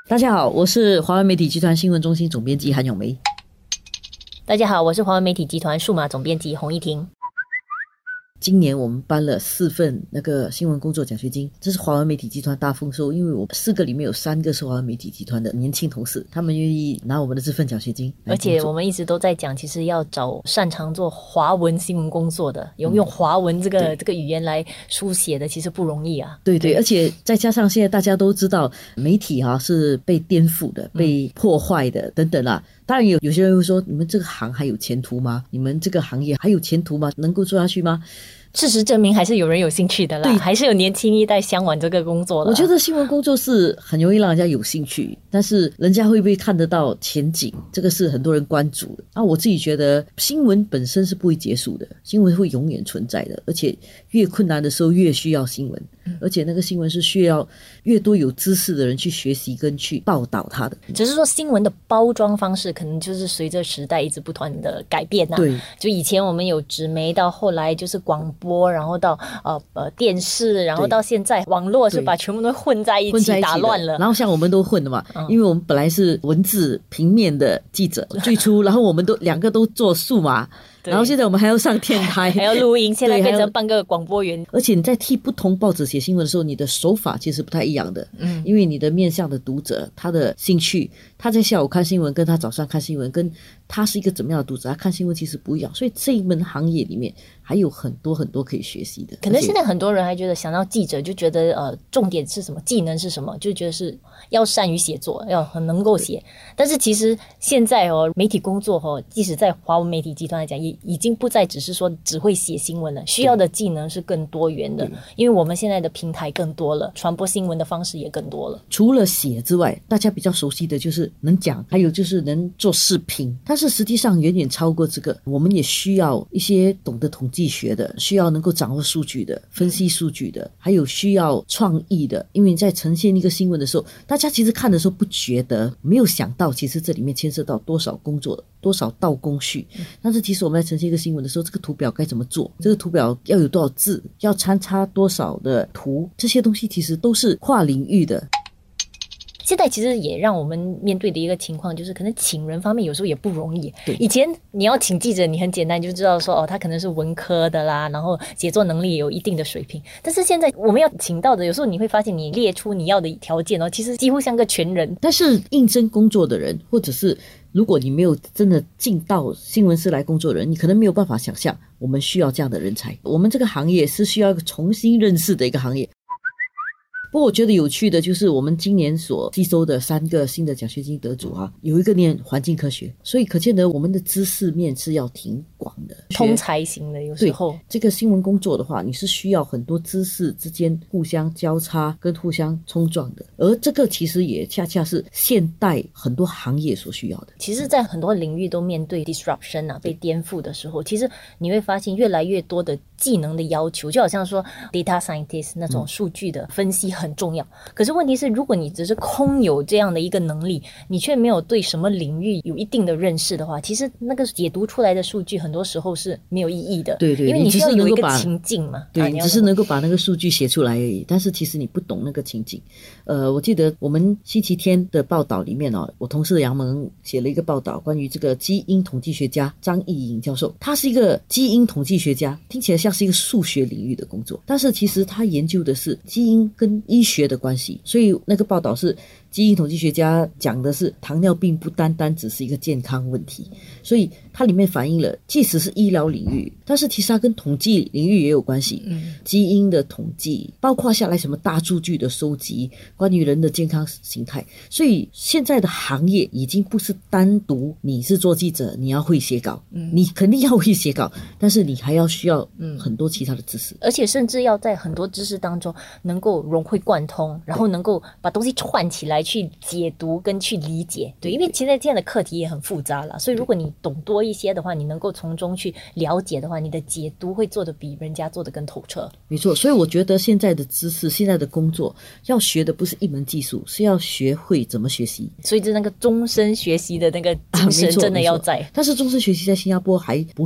大家好，我是华文媒体集团新闻中心总编辑韩咏梅。 大家好，我是华文媒体集团数码总编辑洪一婷。 今年我们颁了4份那个新闻工作奖学金，这是华文媒体集团大丰收，因为我4个里面有3个是华文媒体集团的年轻同事，他们愿意拿我们的这份奖学金。 而且我们一直都在讲，其实要找擅长做华文新闻工作的，用华文这个语言来书写的，其实不容易啊。 对，而且再加上现在大家都知道媒体是被颠覆的、被破坏的等等啦。当然有些人会说，你们这个行还有前途吗？你们这个行业还有前途吗？能够做下去吗？ 事实证明还是有人有兴趣的啦，对，还是有年轻一代向往这个工作的。 我觉得新闻工作是很容易让人家有兴趣，但是人家会不会看得到前景，这个是很多人关注的。我自己觉得新闻本身是不会结束的，新闻会永远存在的，而且越困难的时候越需要新闻，而且那个新闻是需要越多有知识的人去学习跟去报道它的。 只是说新闻的包装方式可能就是随着时代一直不断的改变啊。 对， 就以前我们有纸媒，到后来就是广播，然后到电视，然后到现在网络，是把全部都混在一起打乱了。 然后像我们都混了嘛，因为我们本来是文字平面的记者最初，然后我们都2个都做数码，然后现在我们还要上电台， 还要录音，现在变成半个广播员。 而且你在替不同报纸写新闻的时候，你的手法其实不太一样的。因为你的面向的读者，他的兴趣，他在下午看新闻跟他早上看新闻，跟他是一个怎么样的读者，他看新闻其实不一样。所以这一门行业里面还有很多很多可以学习的。 可能现在很多人还觉得想到记者就觉得重点是什么，技能是什么，就觉得是要善于写作，要很能够写。但是其实现在媒体工作即使在华文媒体集团来讲，也已经不再只是说只会写新闻了，需要的技能是更多元的，因为我们现在的平台更多了，传播新闻的方式也更多了。 除了写之外，大家比较熟悉的就是能讲，还有就是能做视频，但是实际上远远超过这个，我们也需要一些懂得统计学的，需要能够掌握数据的，分析数据的，还有需要创意的。因为你在呈现一个新闻的时候，大家其实看的时候不觉得，没有想到其实这里面牵涉到多少工作，多少道工序。但是其实我们在呈现一个新闻的时候，这个图表该怎么做，这个图表要有多少字，要参差多少的图，这些东西其实都是跨领域的。 现在其实也让我们面对的一个情况就是，可能请人方面有时候也不容易。以前你要请记者，你很简单就知道说他可能是文科的啦，然后写作能力也有一定的水平。但是现在我们要请到的，有时候你会发现你列出你要的条件其实几乎像个全人。 但是应征工作的人，或者是如果你没有真的进到新闻室来工作的人，你可能没有办法想象我们需要这样的人才。我们这个行业是需要一个重新认识的一个行业。不过我觉得有趣的就是我们今年所吸收的3个新的奖学金得主有一个念环境科学，所以可见得我们的知识面是要挺广的， 通才型的。有时候对这个新闻工作的话，你是需要很多知识之间互相交叉跟互相冲撞的，而这个其实也恰恰是现代很多行业所需要的。 其实在很多领域都面对 disruption 被颠覆的时候，其实你会发现越来越多的技能的要求，就好像说 data scientist 那种数据的分析很重要。可是问题是，如果你只是空有这样的一个能力，你却没有对什么领域有一定的认识的话，其实那个解读出来的数据很多时候是没有意义的。 对， 因为你需要有一个情境嘛。 对，你只是能够把那个数据写出来而已，但是其实你不懂那个情境。我记得我们星期天的报道里面我同事杨蒙写了一个报道，关于这个基因统计学家张义颖教授。他是一个基因统计学家，听起来像是一个数学领域的工作，但是其实他研究的是基因跟医学的关系。所以那个报道是基因统计学家讲的是糖尿病不单单只是一个健康问题，所以它里面反映了即使是医疗领域，但是其实它跟统计领域也有关系。基因的统计包括下来什么大数据的收集，关于人的健康形态。所以现在的行业已经不是单独你是做记者你要会写稿，你肯定要会写稿，但是你还要需要很多其他的知识， 而且甚至要在很多知识当中能够融会贯通，然后能够把东西串起来去解读跟去理解。对，因为现在这样的课题也很复杂了，所以如果你懂多一些的话，你能够从中去了解的话，你的解读会做得比人家做得更透彻。 没错，所以我觉得现在的知识，现在的工作要学的不是一门技术，是要学会怎么学习。 所以那个终身学习的那个精神真的要在。 但是终身学习在新加坡还不是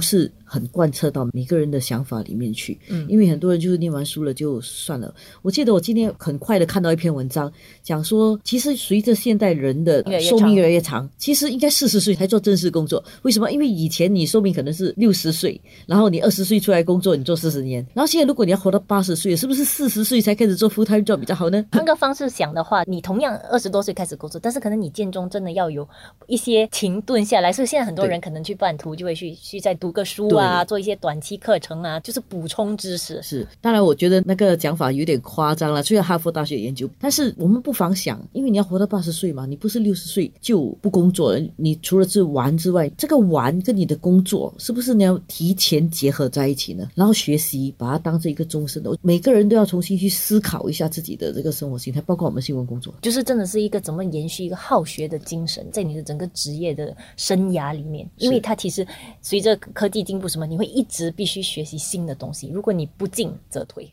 很贯彻到每个人的想法里面去。因为很多人就是念完书了就算了。我记得我今天很快的看到一篇文章，讲说其实随着现代人的寿命越来越长，其实应该40岁才做正式工作。为什么？因为以前你寿命可能是60岁，然后你20岁出来工作，你做40年，然后现在如果你要活到80岁，是不是40岁才开始做 full time job 比较好呢？ 换个方式想的话，你同样20多岁开始工作，但是可能你建中真的要有一些停顿下来，所以现在很多人可能去半途就会去再读个书啊，做一些短期课程啊，就是补充知识。 是，当然我觉得那个讲法有点夸张了，虽然哈佛大学研究，但是我们不妨想，因为你要活到80岁嘛，你不是60岁就不工作了，你除了是玩之外，这个玩跟你的工作是不是你要提前结合在一起呢？然后学习把它当成一个终身的，每个人都要重新去思考一下自己的这个生活形态，包括我们新闻工作， 就是真的是一个怎么延续一个好学的精神在你的整个职业的生涯里面，因为它其实随着科技进步什么，你会一直必须学习新的东西，如果你不进则退。